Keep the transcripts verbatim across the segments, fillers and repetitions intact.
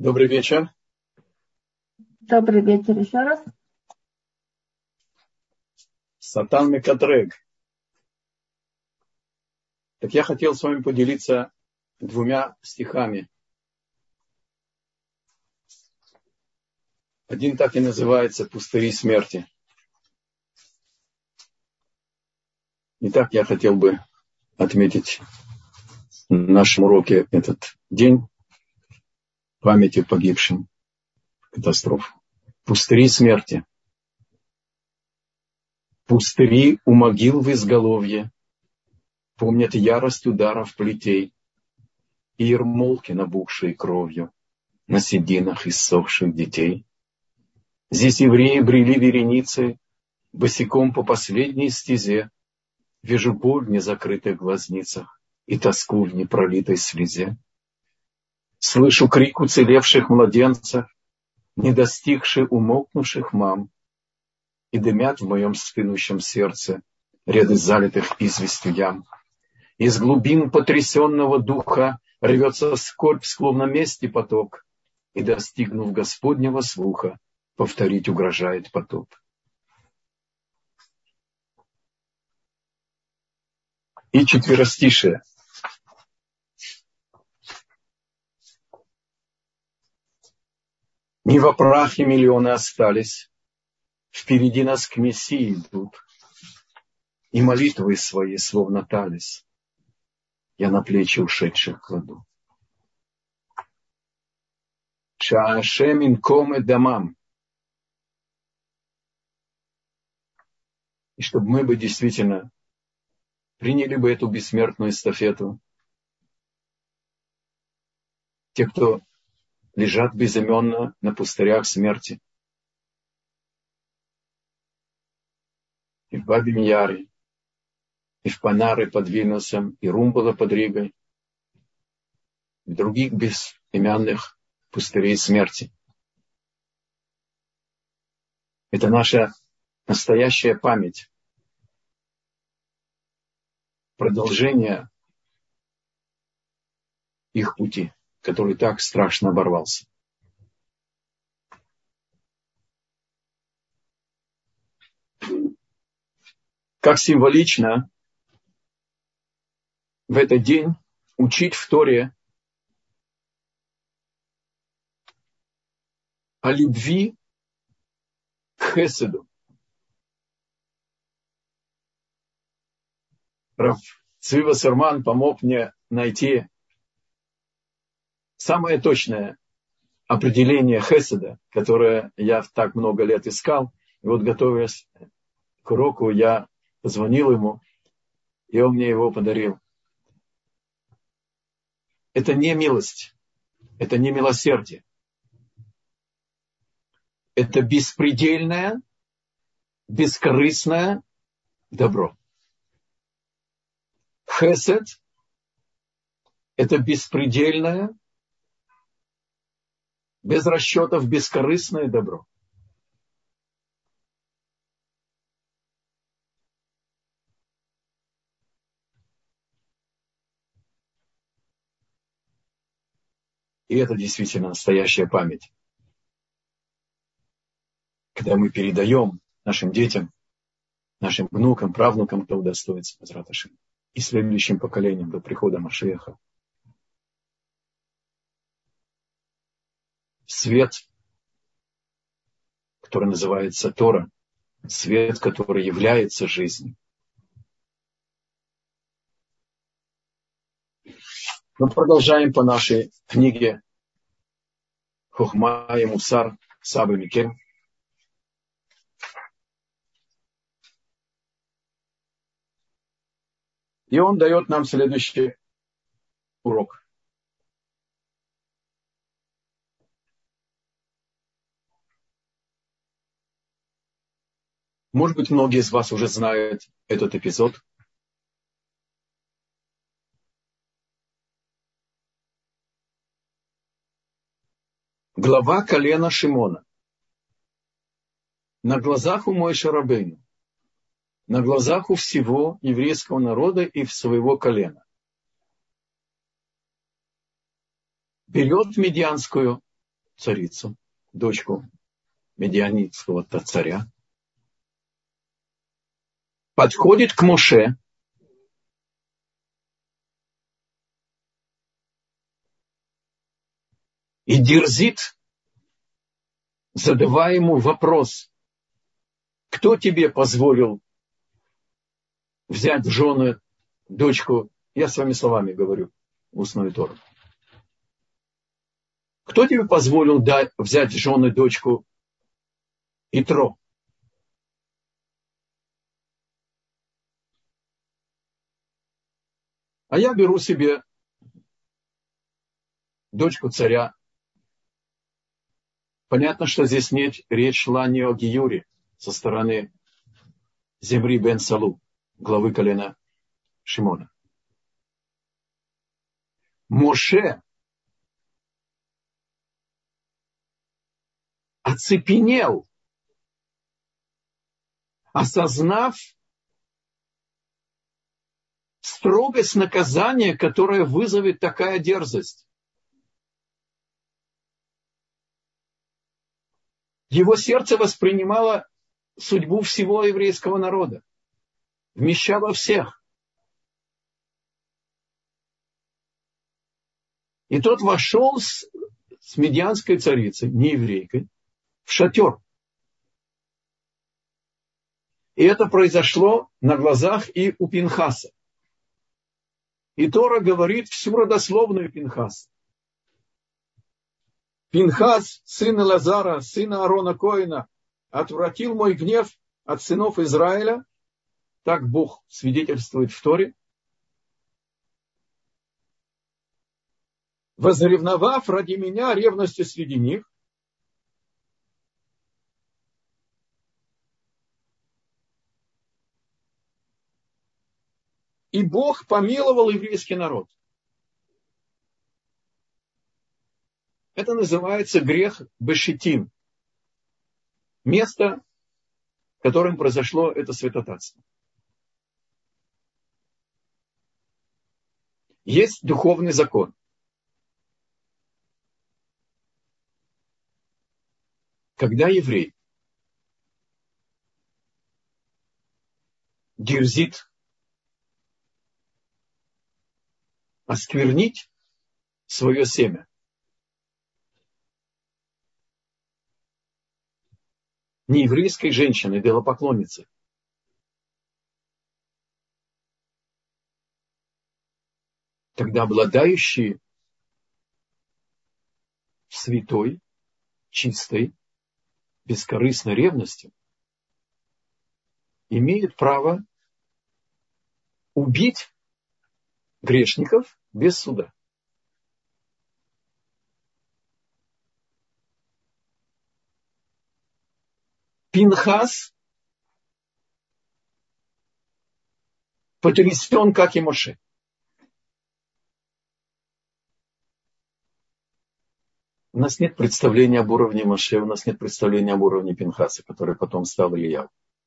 Добрый вечер. Добрый вечер еще раз. Сатан Мекатрек. Так я хотел с вами поделиться двумя стихами. Один так и называется «Пустыри смерти». Итак, я хотел бы отметить на нашем уроке этот день памяти погибшим в катастрофе. Пустыри смерти. Пустыри у могил в изголовье помнят ярость ударов плетей и ермолки, набухшие кровью на сединах иссохших детей. Здесь евреи брели вереницей, босиком по последней стезе. Вижу боль в незакрытых глазницах и тоску в непролитой слезе. Слышу крик уцелевших младенцев, не достигших умолкнувших мам, и дымят в моем стынущем сердце ряды залитых известью ям. Из глубин потрясенного духа рвется скорбь, словно мести поток, и, достигнув Господнего слуха, повторить угрожает потоп. И четверостишее. Не во прахе миллионы остались, впереди нас к Мессии идут, и молитвы свои, словно талис, я на плечи ушедших кладу. Шаашем инком и дамам. И чтобы мы бы действительно приняли бы эту бессмертную эстафету. Те, кто лежат безыменно на пустырях смерти. И в Бабе Яре, и в Панаре под Вильнюсом, и Румбала под Ригой, и других безымянных пустырей смерти. Это наша настоящая память. Продолжение их пути, который так страшно оборвался. Как символично в этот день учить в Торе о любви к хеседу. Рав Цви Вассерман помог мне найти самое точное определение хеседа, которое я так много лет искал. И вот, готовясь к уроку, я позвонил ему, и он мне его подарил. Это не милость, это не милосердие. Это беспредельное, бескорыстное добро. Хесед – это беспредельное, без расчетов бескорыстное добро. И это действительно настоящая память. Когда мы передаем нашим детям, нашим внукам, правнукам, кто удостоится, Безрат Ашем, и следующим поколениям до прихода Машиаха, свет, который называется Тора, свет, который является жизнью. Мы продолжаем по нашей книге Хохма и Мусар Сабы Микем. И он дает нам следующий урок. Может быть, многие из вас уже знают этот эпизод. Глава колена Шимона. На глазах у Моше Рабейну, на глазах у всего еврейского народа и своего колена, берет медианскую царицу, дочку медианитского царя, подходит к Моше и дерзит, задавая ему вопрос: кто тебе позволил взять в жены дочку, я своими словами говорю, устную Тору. Кто тебе позволил дать, взять в жены дочку Итро? А я беру себе дочку царя. Понятно, что здесь нет, речь шла не о гиюре со стороны Зимри бен Салу, главы колена Шимона. Моше оцепенел, осознав строгость наказания, которое вызовет такая дерзость. Его сердце воспринимало судьбу всего еврейского народа, вмещало всех. И тот вошел с, с медианской царицей, не еврейкой, в шатер. И это произошло на глазах и у Пинхаса. И Тора говорит всю родословную Пинхаса. Пинхас, сын Элазара, сын Аарона Коэна, отвратил мой гнев от сынов Израиля. Так Бог свидетельствует в Торе. Возревновав ради меня ревностью среди них. И Бог помиловал еврейский народ. Это называется грех бешитим. Место, в котором произошло это святотатство. Есть духовный закон. Когда еврей дерзит осквернить свое семя, нееврейской женщины, идолопоклонницы, тогда обладающие святой, чистой, бескорыстной ревностью имеют право убить грешников без суда. Пинхас потрясен, как и Моше. У нас нет представления об уровне Моше, у нас нет представления об уровне Пинхаса, который потом стал Ильяу.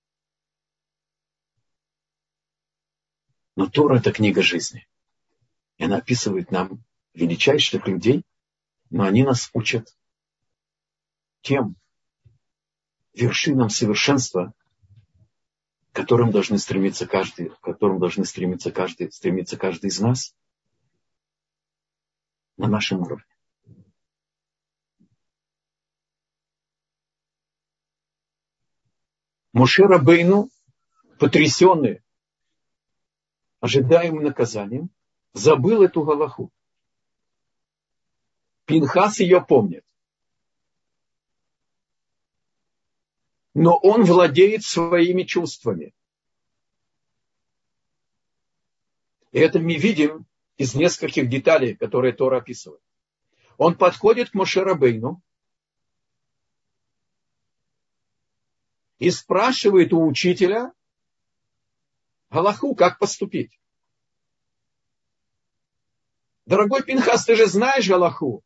Но Тора – это книга жизни. И она описывает нам величайших людей, но они нас учат тем вершинам совершенства, к которым должны стремиться каждый, к которым должны стремиться каждый, стремиться каждый из нас на нашем уровне. Моше Рабейну, потрясенный ожидаемым наказанием, забыл эту галаху. Пинхас ее помнит. Но он владеет своими чувствами. И это мы видим из нескольких деталей, которые Тора описывает. Он подходит к Моше Рабейну и спрашивает у учителя галаху, как поступить. Дорогой Пинхас, ты же знаешь галаху.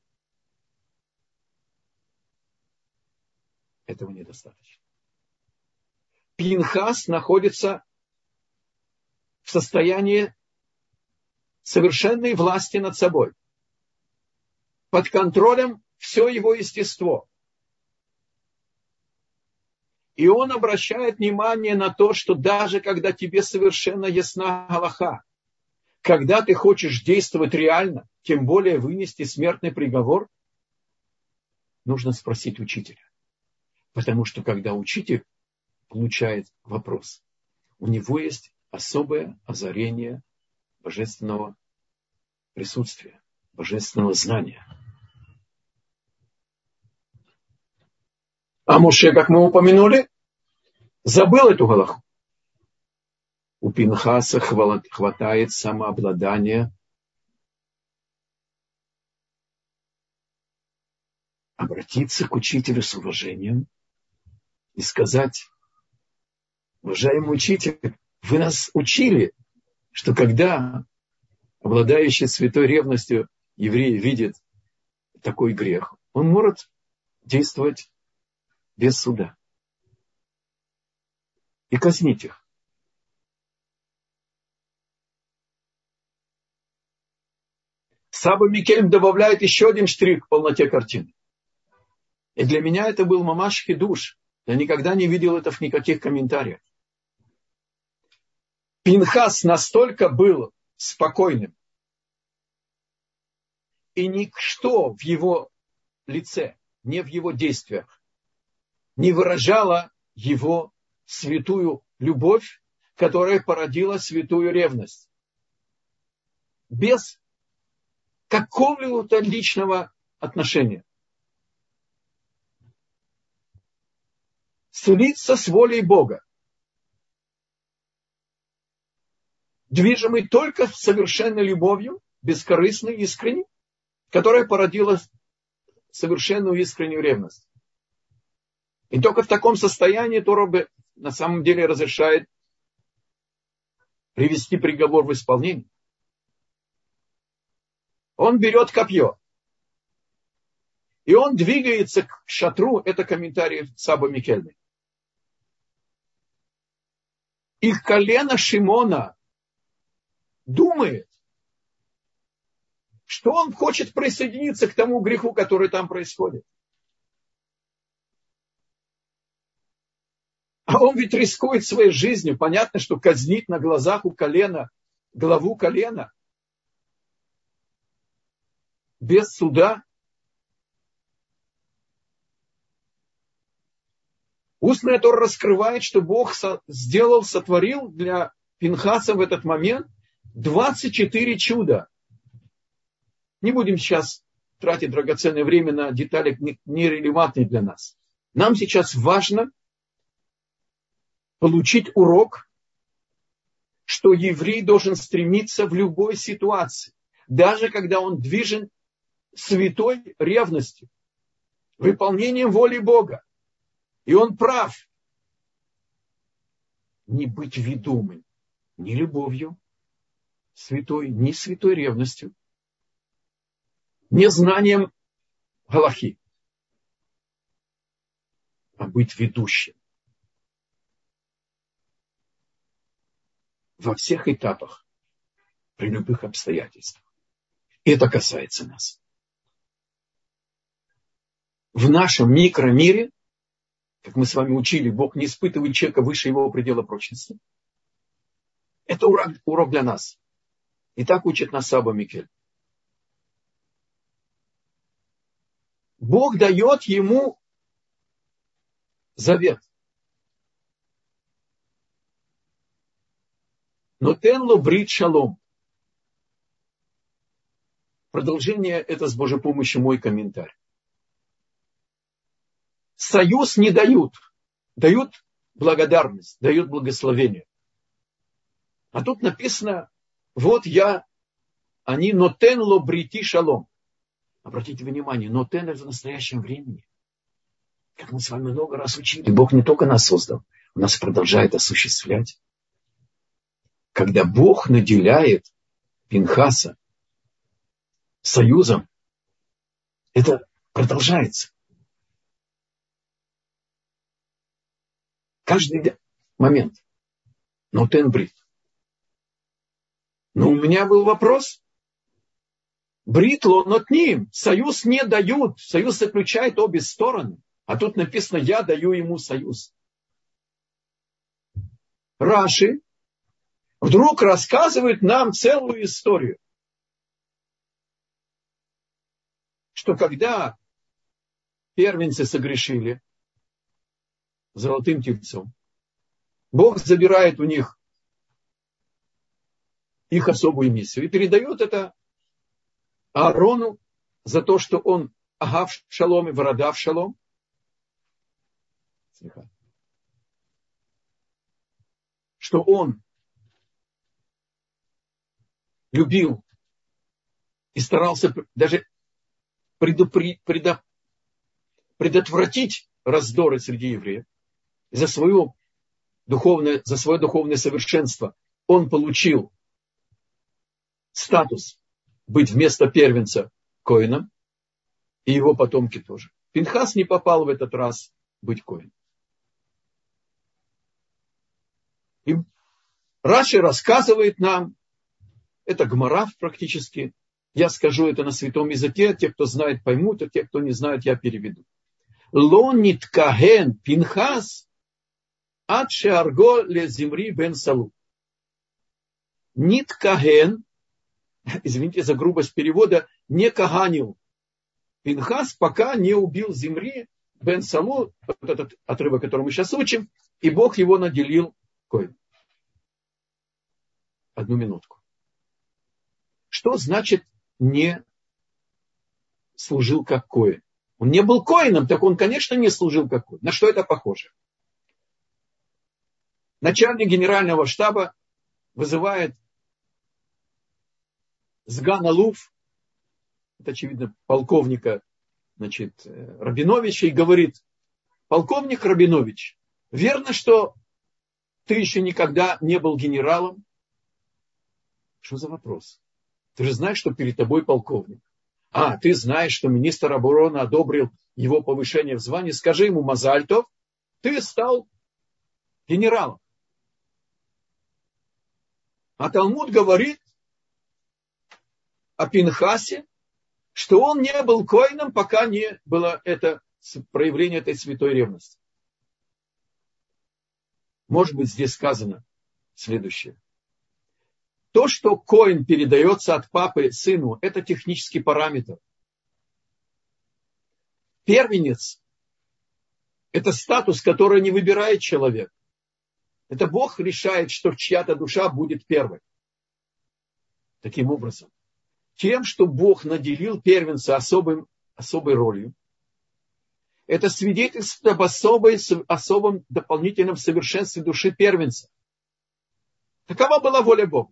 Этого недостаточно. Пинхас находится в состоянии совершенной власти над собой, под контролем все его естество. И он обращает внимание на то, что даже когда тебе совершенно ясна галаха, когда ты хочешь действовать реально, тем более вынести смертный приговор, нужно спросить учителя. Потому что когда учитель получает вопрос, у него есть особое озарение божественного присутствия, божественного знания. А Моше, как мы упомянули, забыл эту галаху. У Пинхаса хватает самообладания обратиться к учителю с уважением и сказать: уважаемый учитель, вы нас учили, что когда обладающий святой ревностью еврей видит такой грех, он может действовать без суда и казнить их. Саба Микельм добавляет еще один штрих к полноте картины. И для меня это был мамаш хидуш. Я никогда не видел это в никаких комментариях. Пинхас настолько был спокойным, и ничто в его лице, не в его действиях, не выражало его святую любовь, которая породила святую ревность. Без какого-то личного отношения. Слиться с волей Бога. Движимый только совершенной любовью, бескорыстной, искренней, которая породила совершенную искреннюю ревность. И только в таком состоянии Тора на самом деле разрешает привести приговор в исполнение. Он берет копье. И он двигается к шатру. Это комментарий Саба Микельми. И колено Шимона думает, что он хочет присоединиться к тому греху, который там происходит. А он ведь рискует своей жизнью. Понятно, что казнить на глазах у колена, главу колена, без суда. Устная Тора раскрывает, что Бог сделал, сотворил для Пинхаса в этот момент двадцать четыре чуда. Не будем сейчас тратить драгоценное время на детали, нерелевантные для нас. Нам сейчас важно получить урок, что еврей должен стремиться в любой ситуации, даже когда он движен святой ревностью, выполнением воли Бога. И он прав. Не быть ведомым ни любовью святой, ни святой ревностью, ни знанием галахи, а быть ведущим во всех этапах, при любых обстоятельствах. И это касается нас. В нашем микромире, как мы с вами учили, Бог не испытывает человека выше его предела прочности. Это урок, урок для нас. И так учит нас Саба Микель. Бог дает ему завет. Нотен ло брит шалом. Продолжение это с Божьей помощью мой комментарий. Союз не дают. Дают благодарность, дают благословение. А тут написано, вот я, они нотен ло брити шалом. Обратите внимание, нотен это в настоящем времени. Как мы с вами много раз учили, Бог не только нас создал, Он нас продолжает осуществлять. Когда Бог наделяет Пинхаса союзом, это продолжается. Каждый момент. Нотен брит. Но у меня был вопрос. Брит ло нотним. Союз не дают. Союз заключает обе стороны. А тут написано, я даю ему союз. Раши вдруг рассказывает нам целую историю. Что когда первенцы согрешили золотым тельцом, Бог забирает у них их особую миссию и передает это Аарону за то, что он агав шалом и вородав шалом. Что он любил и старался даже предупри, предо, предотвратить раздоры среди евреев. За свое духовное, за свое духовное совершенство он получил статус быть вместо первенца коэном, и его потомки тоже. Пинхас не попал в этот раз быть коэном. И Раши рассказывает нам, это Гмара практически, я скажу это на святом языке, те, кто знает, поймут, а те, кто не знает, я переведу. Ло ниткаген Пинхас ад шеарго ле Зимри бен Салу. Ниткаген, извините за грубость перевода, не каганил Пинхас, пока не убил Зимри бен Салу, вот этот отрывок, который мы сейчас учим, и Бог его наделил коэном. Одну минутку. Что значит не служил как коэн? Он не был коэном, так он, конечно, не служил как коэн. На что это похоже? Начальник генерального штаба вызывает Сгана Луф, это, очевидно, полковника, значит, Рабиновича, и говорит: полковник Рабинович, верно, что ты еще никогда не был генералом? Что за вопрос? Ты же знаешь, что перед тобой полковник. А, ты знаешь, что министр обороны одобрил его повышение в звании. Скажи ему: Мазальтов, ты стал генералом. А Талмуд говорит о Пинхасе, что он не был коэном, пока не было это проявление этой святой ревности. Может быть, здесь сказано следующее. То, что коэн передается от папы сыну, это технический параметр. Первенец – это статус, который не выбирает человек. Это Бог решает, что чья-то душа будет первой. Таким образом, тем, что Бог наделил первенца особым, особой ролью, это свидетельствует об особой, особом дополнительном совершенстве души первенца. Такова была воля Бога.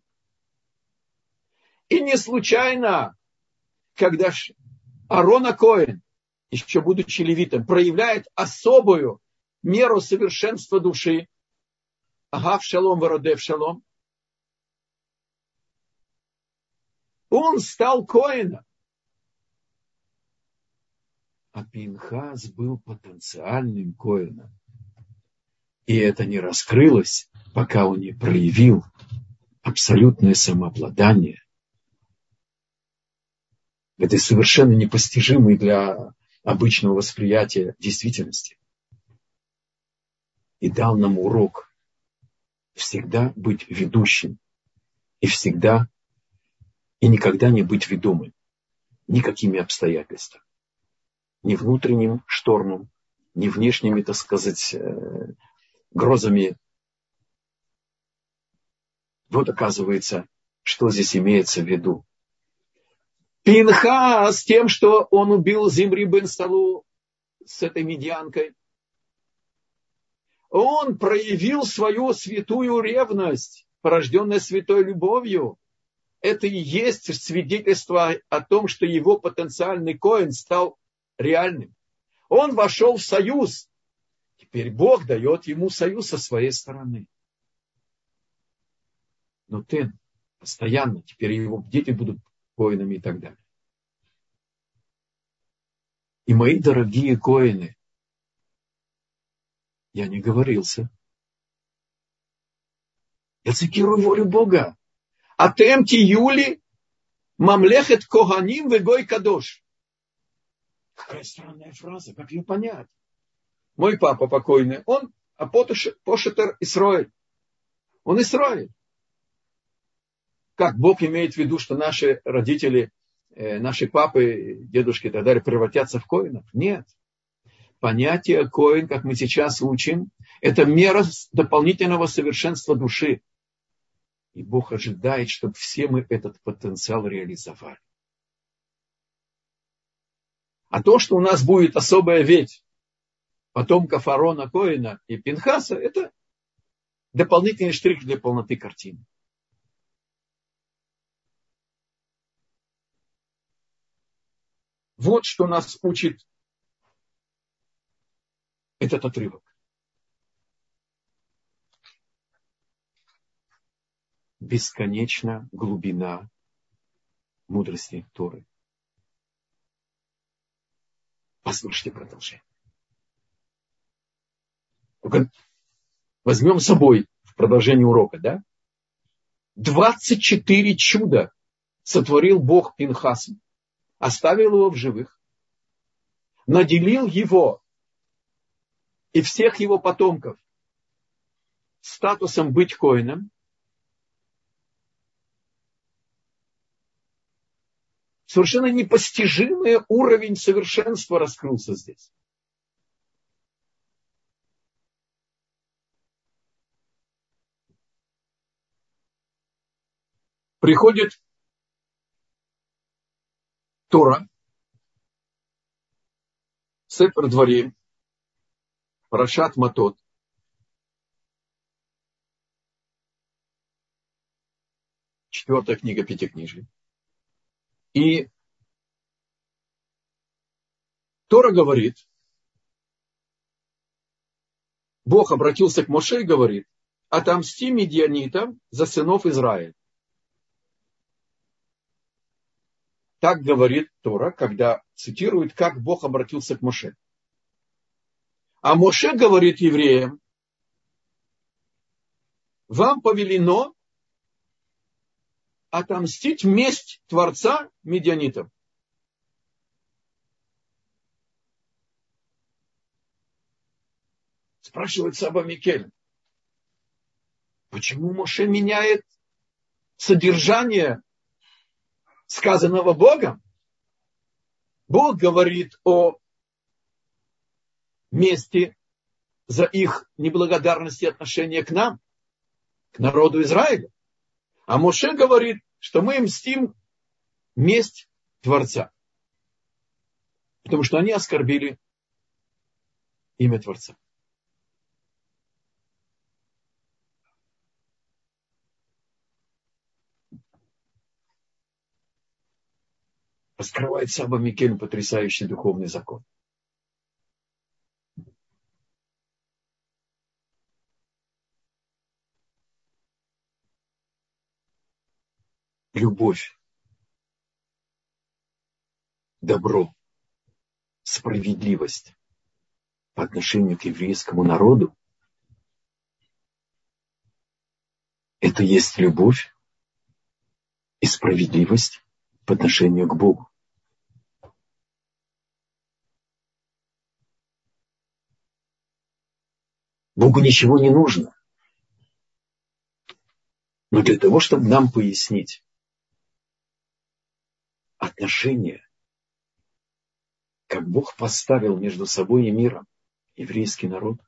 И не случайно, когда Аарон а-Коэн, еще будучи левитом, проявляет особую меру совершенства души, агав шалом вородев шалом, он стал коэном. А Пинхас был потенциальным коэном. И это не раскрылось, пока он не проявил абсолютное самообладание в этой совершенно непостижимой для обычного восприятия действительности. И дал нам урок всегда быть ведущим. И всегда, и никогда не быть ведомым. Никакими обстоятельствами. Ни внутренним штормом, ни внешними, так сказать, грозами. Вот оказывается, что здесь имеется в виду. Пинхас с тем, что он убил Зимри бен Салу с этой медианкой, он проявил свою святую ревность, порожденную святой любовью. Это и есть свидетельство о том, что его потенциальный коэн стал реальным. Он вошел в союз. Теперь Бог дает ему союз со своей стороны. Но ты постоянно, теперь его дети будут коэнами и так далее. И мои дорогие коэны, я не говорился. Я цитирую волю Бога. Атем тиюли Мамлехет Коганим вегой кадош. Какая странная фраза, как ее понять? Мой папа покойный, он Пошетер Исроэль. Он Исроэль. Как Бог имеет в виду, что наши родители, наши папы, дедушки и так далее превратятся в коинов? Нет. Понятие коин, как мы сейчас учим, это мера дополнительного совершенства души. И Бог ожидает, чтобы все мы этот потенциал реализовали. А то, что у нас будет особая ветвь потомков Аарона, Коэна и Пинхаса, это дополнительный штрих для полноты картины. Вот что нас учит этот отрывок. Бесконечна глубина мудрости Торы. Послушайте продолжение. Только возьмем с собой в продолжение урока, да? двадцать четыре чуда сотворил Бог Пинхасу, оставил его в живых, наделил его и всех его потомков статусом быть коином. Совершенно непостижимый уровень совершенства раскрылся здесь. Приходит Тора, Сефер Дворим, Парашат Матот. Четвертая книга Пятикнижия. И Тора говорит, Бог обратился к Моше и говорит: отомсти мидьянитам за сынов Израиля. Так говорит Тора, когда цитирует, как Бог обратился к Моше. А Моше говорит евреям: вам повелено отомстить месть Творца мидьянитам. Спрашивает Саба Микель, почему Моше меняет содержание сказанного Богом? Бог говорит о мести за их неблагодарность и отношение к нам, к народу Израиля. А Моше говорит, что мы мстим месть Творца. Потому что они оскорбили имя Творца. Раскрывает Саба Микель потрясающий духовный закон. Любовь, добро, справедливость по отношению к еврейскому народу — это есть любовь и справедливость по отношению к Богу. Богу ничего не нужно. Но для того, чтобы нам пояснить отношения, как Бог поставил между собой и миром еврейский народ,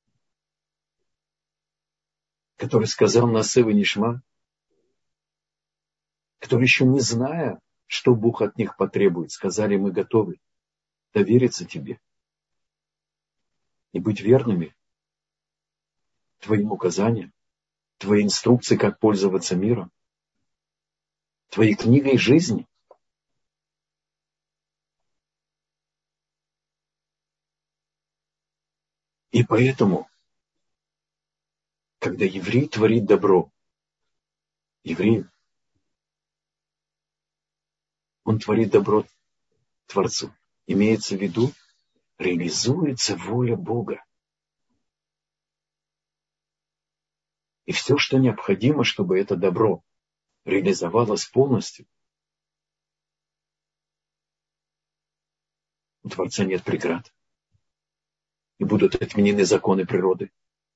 который сказал Наасе венишма, которые еще не зная, что Бог от них потребует, сказали: мы готовы довериться тебе и быть верными твоим указаниям, твоей инструкции, как пользоваться миром, твоей книгой жизни. И поэтому, когда еврей творит добро, еврей, он творит добро Творцу. Имеется в виду, реализуется воля Бога. И все, что необходимо, чтобы это добро реализовалось полностью, У Творца нет преград. И будут отменены законы природы.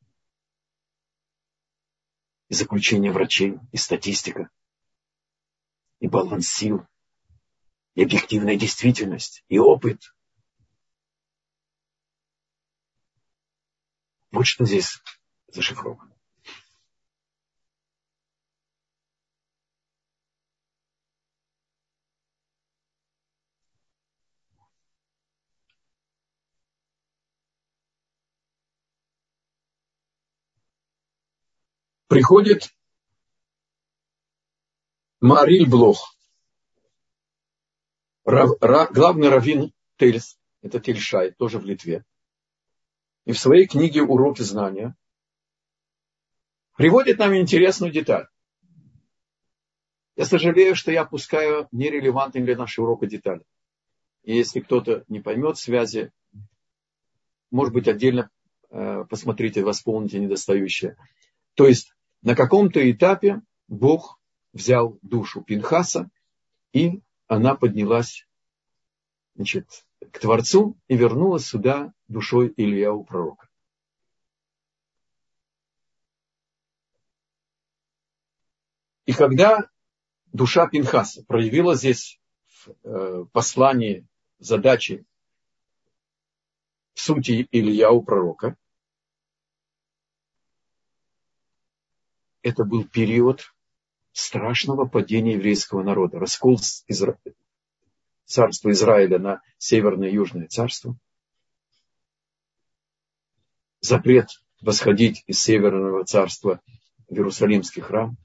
И заключение врачей, и статистика, и баланс сил, и объективная действительность, и опыт. Вот что здесь зашифровано. Приходит Маариль Блох, рав, рав, главный раввин Тельс, это Тельшай, тоже в Литве. И в своей книге «Уроки знания» приводит нам интересную деталь. Я сожалею, что я опускаю нерелевантные для нашего урока детали. И если кто-то не поймет связи, может быть, отдельно э, посмотрите, восполните недостающее. То есть на каком-то этапе Бог взял душу Пинхаса, и она поднялась, значит, к Творцу и вернулась сюда душой Ильяу пророка. И когда душа Пинхаса проявила здесь в э, послании задачи в сути Ильяу пророка, это был период страшного падения еврейского народа, раскол Изра... царства Израиля на северное и южное царство, запрет восходить из северного царства в Иерусалимский храм,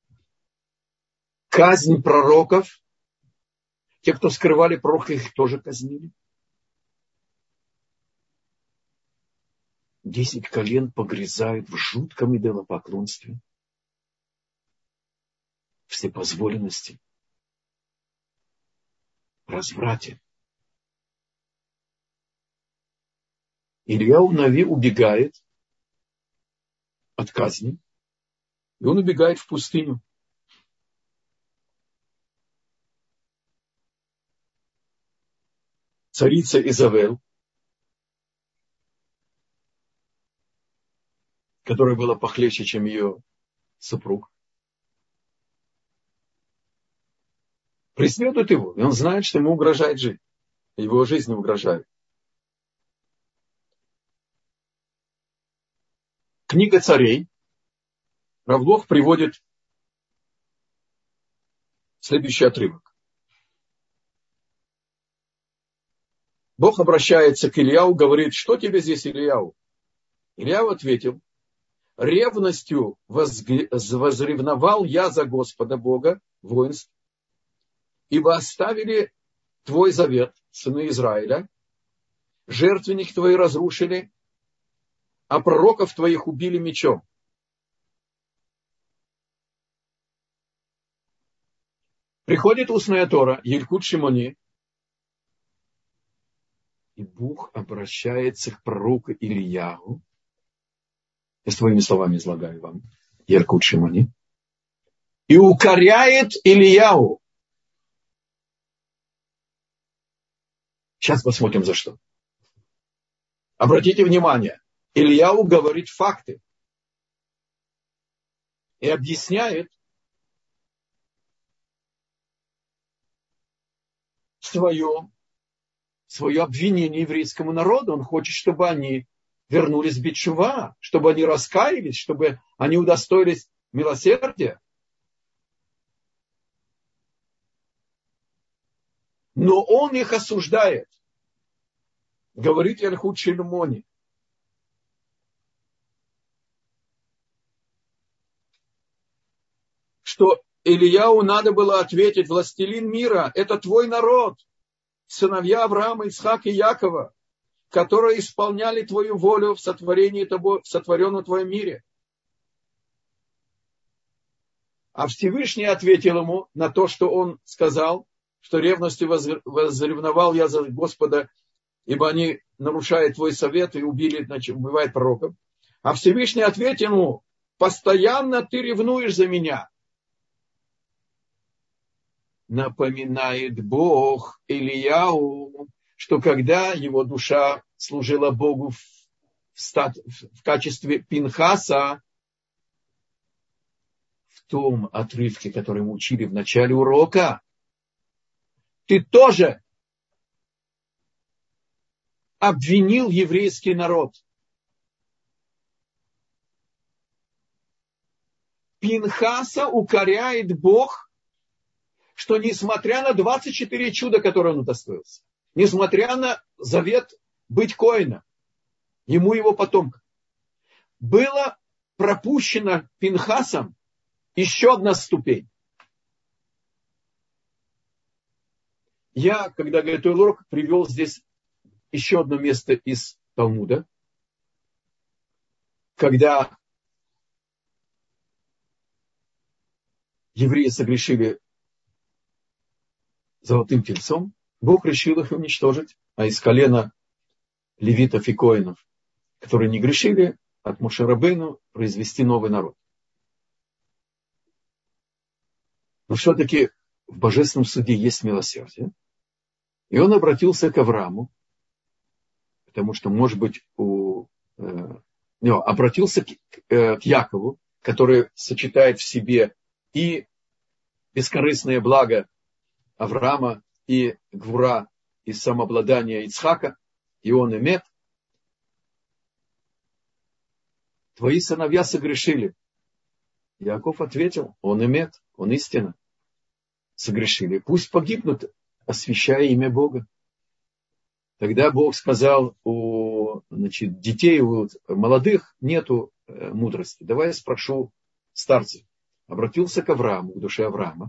казнь пророков, те, кто скрывали пророка, их тоже казнили. Десять колен погрязают в жутком идолопоклонстве, вседозволенности, разврате. Ильяу Нави убегает от казни, и он убегает в пустыню. Царица Изавель, которая была похлеще, чем ее супруг, преследует его, и он знает, что ему угрожает жизнь. Его жизнь угрожает. Книга царей. Рав Блох приводит следующий отрывок. Бог обращается к Ильяу, говорит: что тебе здесь, Ильяу? Ильяу ответил: ревностью возревновал я за Господа Бога воинств, ибо оставили твой завет, сыны Израиля, жертвенник твои разрушили, а пророков твоих убили мечом. Приходит устная Тора, Елькут Шимони, и Бог обращается к пророку Ильяу. Я своими словами излагаю вам. Елькут Шимони. И укоряет Ильяу. Сейчас посмотрим, за что. Обратите внимание. Ильяу говорит факты. И объясняет свое, свое обвинение еврейскому народу. Он хочет, чтобы они вернулись в бетшува, чтобы они раскаялись, чтобы они удостоились милосердия. Но он их осуждает. Говорит Елькут Шимони. Что Ильяу надо было ответить: властелин мира, это твой народ, сыновья Авраама, Ицхака и Якова, которые исполняли твою волю в сотворении тобой, в сотворенном твоем мире. А Всевышний ответил ему на то, что он сказал, что ревностью возревновал я за Господа, ибо они нарушают твой совет и убили, значит, убивают пророков. А Всевышний ответил ему: постоянно ты ревнуешь за меня. Напоминает Бог Ильяу, что когда его душа служила Богу в, стат, в качестве Пинхаса, в том отрывке, который мы учили в начале урока, ты тоже обвинил еврейский народ. Пинхаса укоряет Бог, что несмотря на двадцать четыре чуда, которые он удостоился, несмотря на завет быть коэном, ему и его потомкам, было пропущено Пинхасом еще одна ступень. Я, когда готовил урок, привел здесь еще одно место из Талмуда, когда евреи согрешили золотым тельцом, Бог решил их уничтожить, а из колена левитов и коэнов, которые не грешили, от Моше Рабейну произвести новый народ. Но все-таки в Божественном суде есть милосердие. И он обратился к Аврааму, потому что, может быть, у, э, не, обратился к, э, к Якову, который сочетает в себе и бескорыстное благо Авраама, и гвура, и самообладание Ицхака, и он эмет. Твои сыновья согрешили. Яков ответил, он эмет, он истина. Согрешили. Пусть погибнут, освящая имя Бога. Тогда Бог сказал, у значит, детей, у молодых нету э, мудрости. Давай я спрошу старцев. Обратился к Аврааму, к душе Авраама.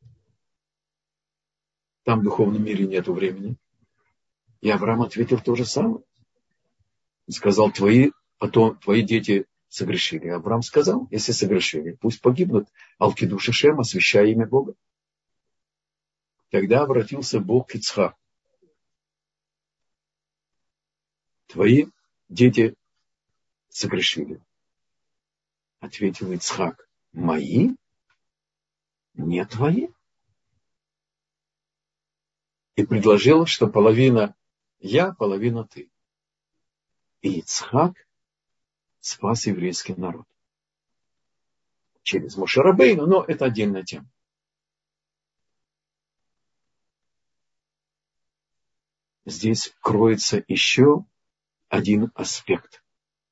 Там в духовном мире нету времени. И Авраам ответил то же самое. Он сказал, твои, потом, твои дети согрешили. Авраам сказал, если согрешили, пусть погибнут. Алкидуш и Шем, освящая имя Бога. Тогда обратился Бог к Ицхаку. Твои дети согрешили. Ответил Ицхак. Мои? Не твои? И предложил, что половина я, половина ты. И Ицхак спас еврейский народ. Через Моше Рабейну, но это отдельная тема. Здесь кроется еще один аспект.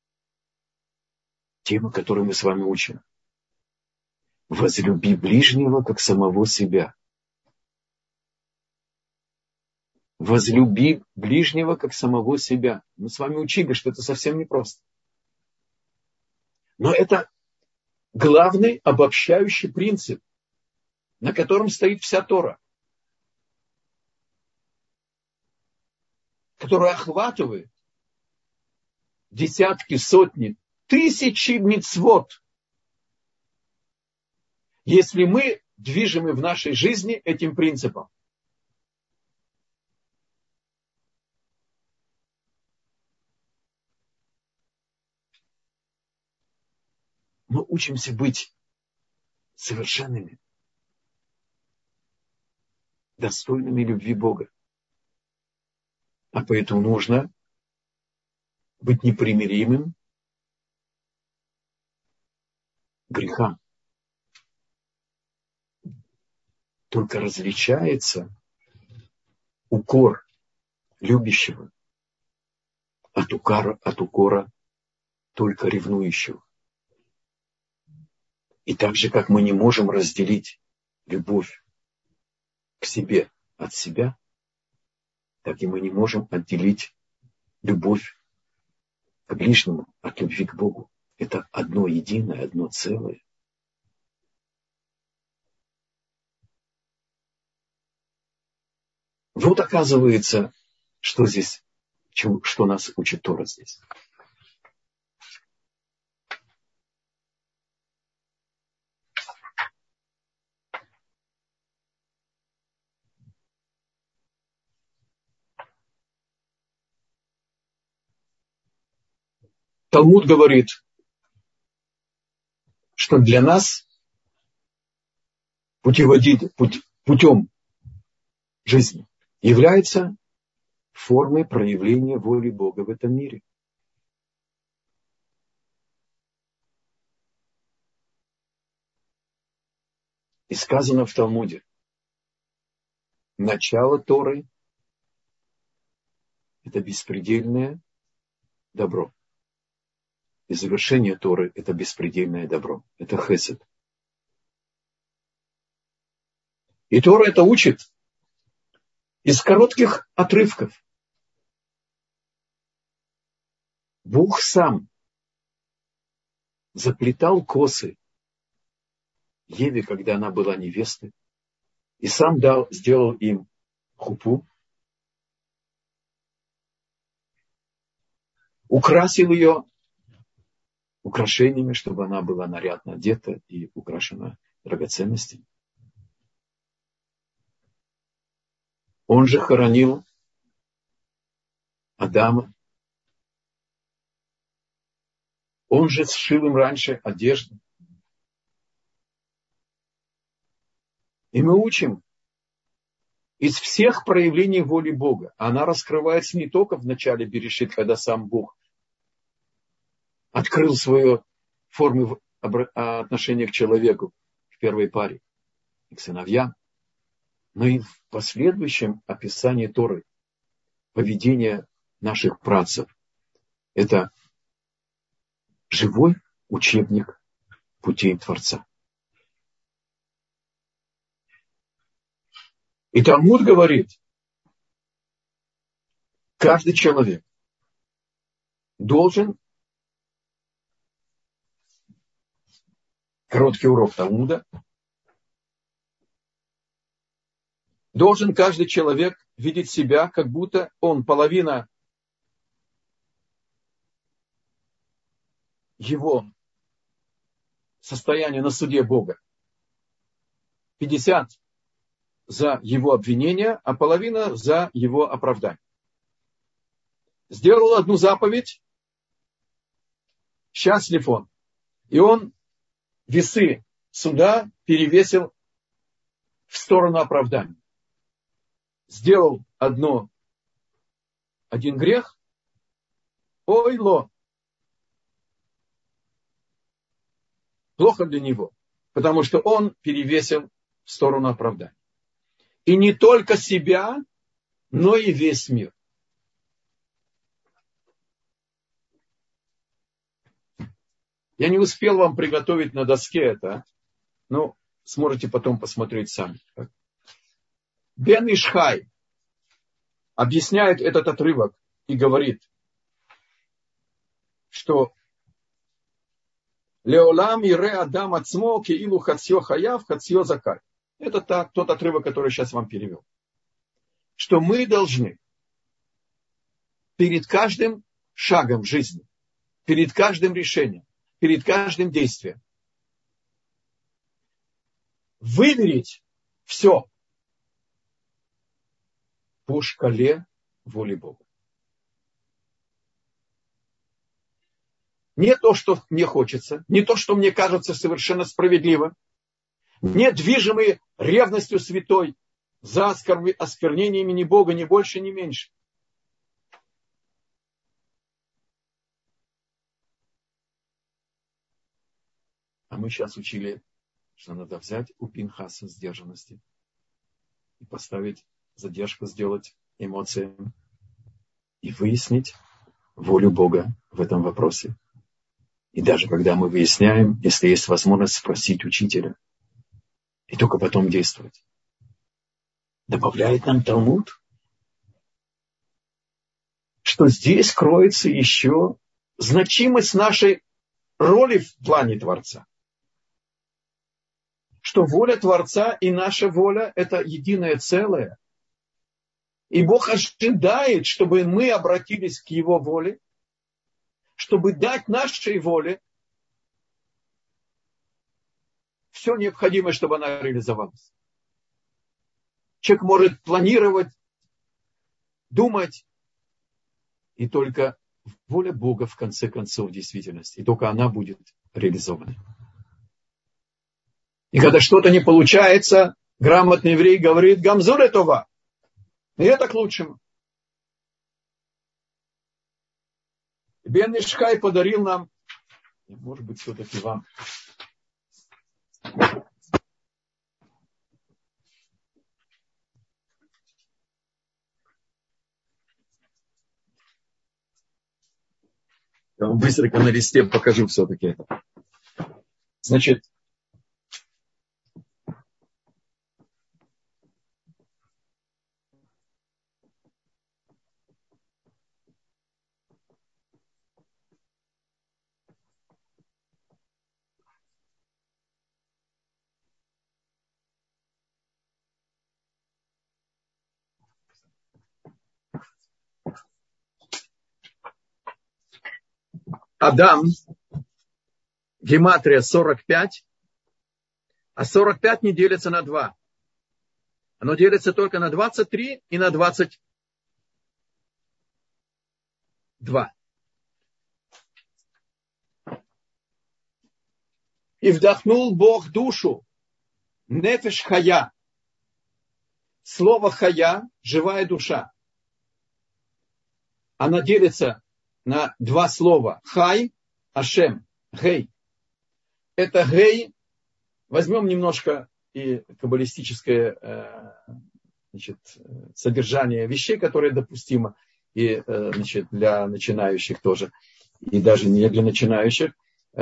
Тема, которую мы с вами учим. Возлюби ближнего, как самого себя. Возлюби ближнего, как самого себя. Мы с вами учили, что это совсем непросто. Но это главный обобщающий принцип, на котором стоит вся Тора, который охватывает десятки, сотни, тысячи мицвот. Если мы движимы в нашей жизни этим принципом. Мы учимся быть совершенными, достойными любви Бога. А поэтому нужно быть непримиримым к грехам. Только различается укор любящего от укора, от укора только ревнующего. И так же, как мы не можем разделить любовь к себе от себя, так и мы не можем отделить любовь к ближнему от любви к Богу. Это одно единое, одно целое. Вот оказывается, что здесь, что нас учит Тора здесь. Талмуд говорит, что для нас путеводитель, путь, путем жизни является формы проявления воли Бога в этом мире. И сказано в Талмуде, начало Торы – это беспредельное добро. И завершение Торы – это беспредельное добро. Это хесед. И Тора это учит из коротких отрывков. Бог сам заплетал косы Еве, когда она была невестой, и сам дал, сделал им хупу, украсил ее украшениями, чтобы она была нарядно одета и украшена драгоценностями. Он же хоронил Адама. Он же сшил им раньше одежду. И мы учим из всех проявлений воли Бога. Она раскрывается не только в начале Берешит, когда сам Бог открыл свою форму отношения к человеку, к первой паре, к сыновьям, но и в последующем описании Торы, поведения наших працев. Это живой учебник путей Творца. И Талмуд говорит, каждый человек должен, короткий урок Талмуда, должен каждый человек видеть себя, как будто он половина его состояния на суде Бога. пятьдесят за его обвинение, а половина за его оправдание. Сделал одну заповедь, счастлив он. И он весы суда перевесил в сторону оправдания. Сделал одно, один грех, ой-ло. Плохо для него, потому что он перевесил в сторону оправдания. И не только себя, но и весь мир. Я не успел вам приготовить на доске это, но сможете потом посмотреть сами. Бен Ишхай объясняет этот отрывок и говорит, что Леолам ире адам ацмо кеилу хацьё хаяв хацьё закай. Это та, тот отрывок, который я сейчас вам перевел. Что мы должны перед каждым шагом в жизни, перед каждым решением, перед каждым действием выверить все по шкале воли Бога. Не то, что мне хочется, не то, что мне кажется совершенно справедливым, не движимые ревностью святой за осквернение имени Бога, ни больше, ни меньше. А мы сейчас учили, что надо взять у Пинхаса сдержанности и поставить задержку, сделать эмоциям и выяснить волю Бога в этом вопросе. И даже когда мы выясняем, если есть возможность спросить учителя, и только потом действовать. Добавляет нам Талмуд, что здесь кроется еще значимость нашей роли в плане Творца. Что воля Творца и наша воля – это единое целое. И Бог ожидает, чтобы мы обратились к Его воле, чтобы дать нашей воле все необходимое, чтобы она реализовалась. Человек может планировать, думать, и только воля Бога в конце концов в действительности. И только она будет реализована. И когда что-то не получается, грамотный еврей говорит «Гамзур това». И это к лучшему. Бен Ишхай подарил нам, может быть, все-таки вам. Я вам быстренько на листе покажу все-таки это. Значит, Адам, гематрия сорок пять, а сорок пять не делится на два. Оно делится только на двадцать три и на двадцать два. И вдохнул Бог душу, нефеш хая. Слово хая, живая душа. Она делится на два слова. Хай, ашем, гей. Это гей. Возьмем немножко и каббалистическое значит, содержание вещей, которые допустимо и значит, для начинающих тоже, и даже не для начинающих.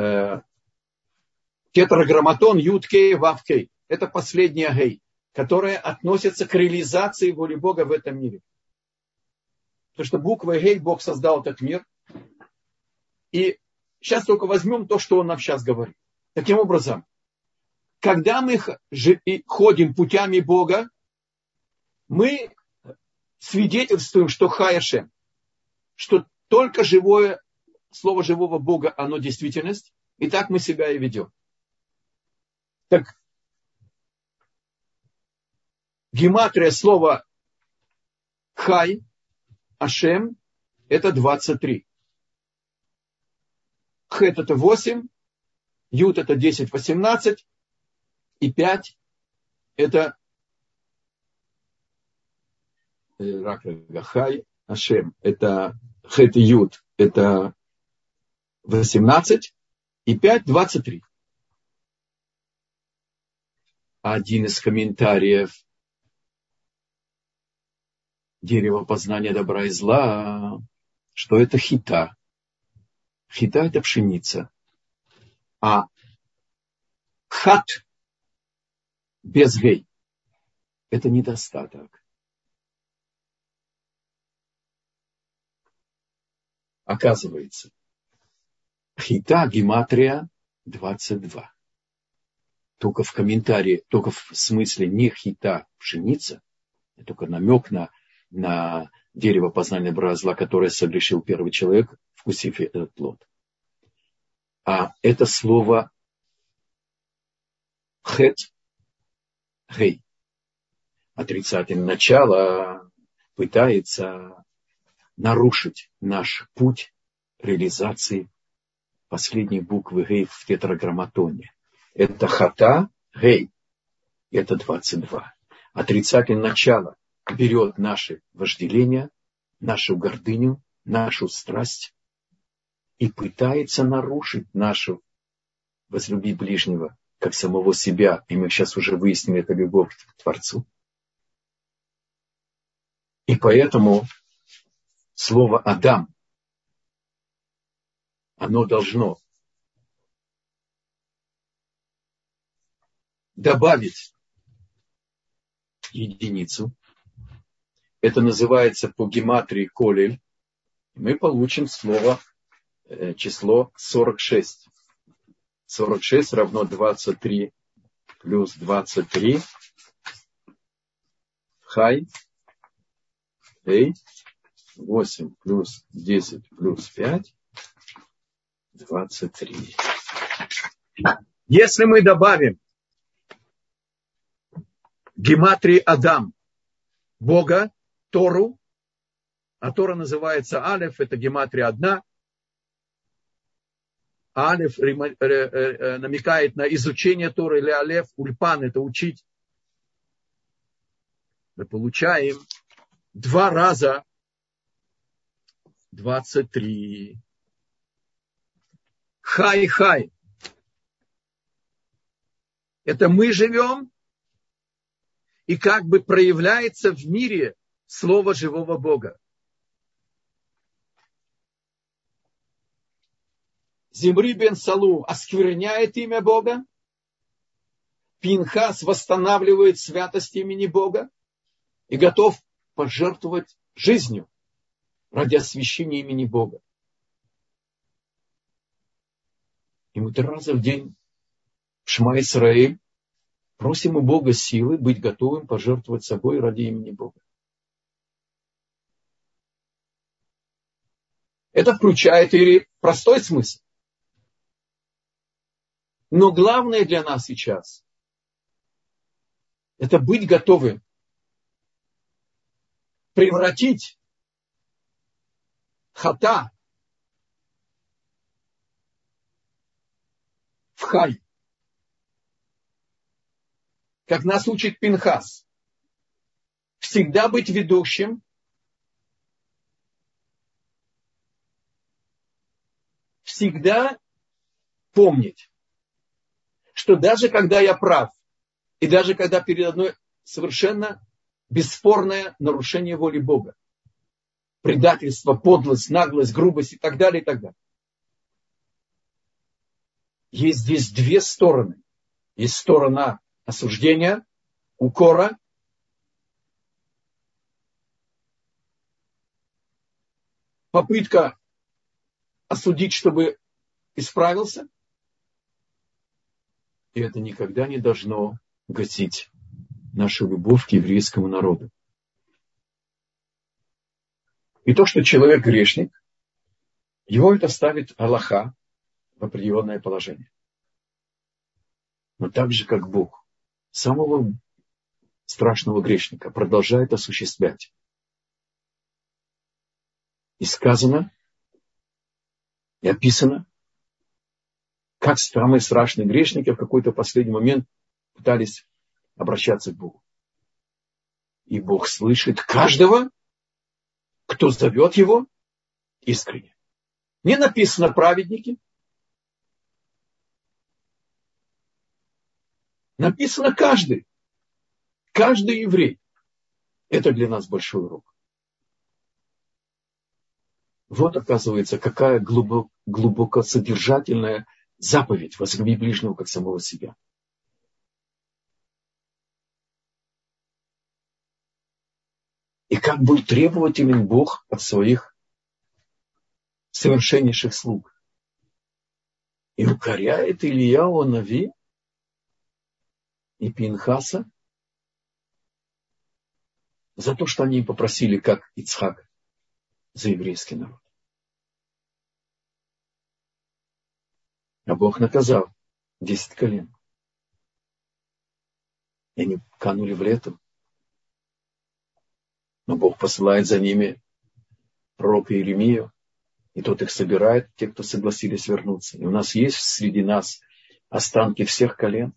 Тетраграмматон Юд Кей Вав Кей. Это последняя гей, которая относится к реализации воли Бога в этом мире. Потому что буквой гей Бог создал этот мир. И сейчас только возьмем то, что он нам сейчас говорит. Таким образом, когда мы ходим путями Бога, мы свидетельствуем, что Хаяшем, что только живое, слово живого Бога, оно действительность, и так мы себя и ведем. Так, гематрия слова Хай, Ашем, это двадцать три. Хет это восемь, Юд это десять, восемнадцать, и пять это Хай, Ашем, это Хет и Юд, это восемнадцать, и пять, двадцать три. Один из комментариев дерева познания добра и зла, что это хита. Хита это пшеница. А хат без гей это недостаток. Оказывается, хита гематрия двадцать два. Только в комментарии, только в смысле не хита пшеница, только намек на, на дерево познания добра и зла, которое согрешил первый человек, вкусив этот плод. А это слово хет, гей, отрицательное начало, пытается нарушить наш путь реализации последней буквы гей в тетраграмматоне. Это хата, гей, это двадцать два. Отрицательное начало берет наше вожделение, нашу гордыню, нашу страсть и пытается нарушить нашу возлюби ближнего, как самого себя. И мы сейчас уже выяснили, это любовь к Творцу. И поэтому слово Адам, оно должно добавить единицу. Это называется по гематрии колель. Мы получим слово, число сорок шесть. сорок шесть равно двадцать три плюс двадцать три. Хай. Эй. восемь плюс десять плюс пять. двадцать три. Если мы добавим гематрии Адам, Бога, Тору, а Тора называется Алеф, это гематрия одна. Алеф намекает на изучение Торы, или Алеф, Ульпан, это учить. Мы получаем два раза двадцать три. хай-хай. Это мы живем, и как бы проявляется в мире слово живого Бога. Зимри бен Салу оскверняет имя Бога. Пинхас восстанавливает святость имени Бога и готов пожертвовать жизнью ради освящения имени Бога. И мы три раза в день в Шма Исраэль просим у Бога силы быть готовым пожертвовать собой ради имени Бога. Это включает и простой смысл. Но главное для нас сейчас – это быть готовым превратить хата в хай. Как нас учит Пинхас. Всегда быть ведущим. Всегда помнить, что даже когда я прав, и даже когда передо мной совершенно бесспорное нарушение воли Бога, предательство, подлость, наглость, грубость и так далее, и так далее. Есть здесь две стороны. Есть сторона осуждения, укора, попытка осудить, чтобы исправился. И это никогда не должно гасить нашу любовь к еврейскому народу. И то, что человек грешник, его это ставит Аллаха в определенное положение. Но так же, как Бог самого страшного грешника продолжает осуществлять. И сказано, и описано, как самые страшные грешники в какой-то последний момент пытались обращаться к Богу. И Бог слышит каждого, кто зовет его искренне. Не написано праведники. Написано каждый. Каждый еврей. Это для нас большой урок. Вот, оказывается, какая глубоко, глубоко содержательная заповедь: возлюби ближнего, как самого себя. И как был требователен Бог от своих совершеннейших слуг. И укоряет Ильяу Нави и Пинхаса за то, что они попросили, как Ицхак, за еврейский народ. А Бог наказал десять колен. И они канули в лету. Но Бог посылает за ними пророка Иеремию, и тот их собирает, те, кто согласились вернуться. И у нас есть среди нас останки всех колен.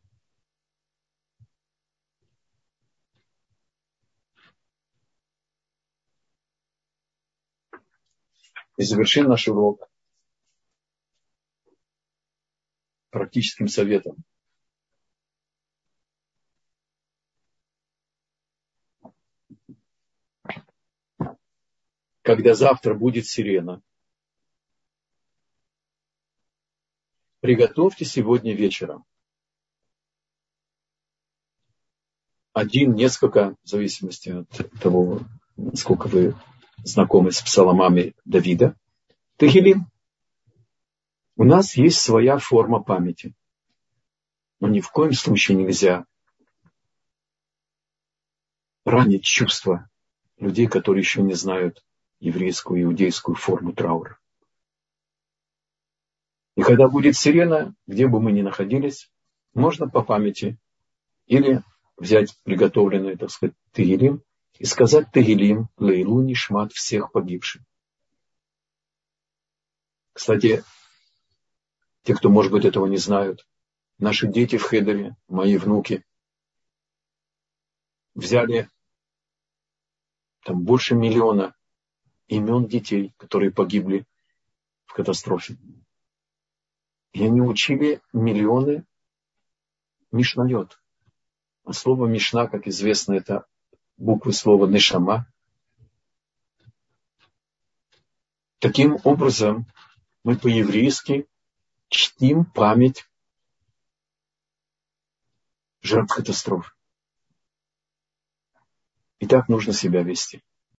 И завершим наш урок практическим советом. Когда завтра будет сирена, приготовьте сегодня вечером один, несколько, в зависимости от того, насколько вы знакомы с псаломами Давида, Тегилим. У нас есть своя форма памяти. Но ни в коем случае нельзя ранить чувства людей, которые еще не знают еврейскую, иудейскую форму траура. И когда будет сирена, где бы мы ни находились, можно по памяти или взять приготовленный, так сказать, Тегилим и сказать Тегилим Лейлу Нишмат всех погибших. Кстати, те, кто, может быть, этого не знают, наши дети в Хедере, мои внуки, взяли там больше миллиона имен детей, которые погибли в катастрофе. И они учили миллионы мишнайот. А слово мишна, как известно, это буквы слова нешама. Таким образом, мы по-еврейски чтим память жертв катастроф. И так нужно себя вести.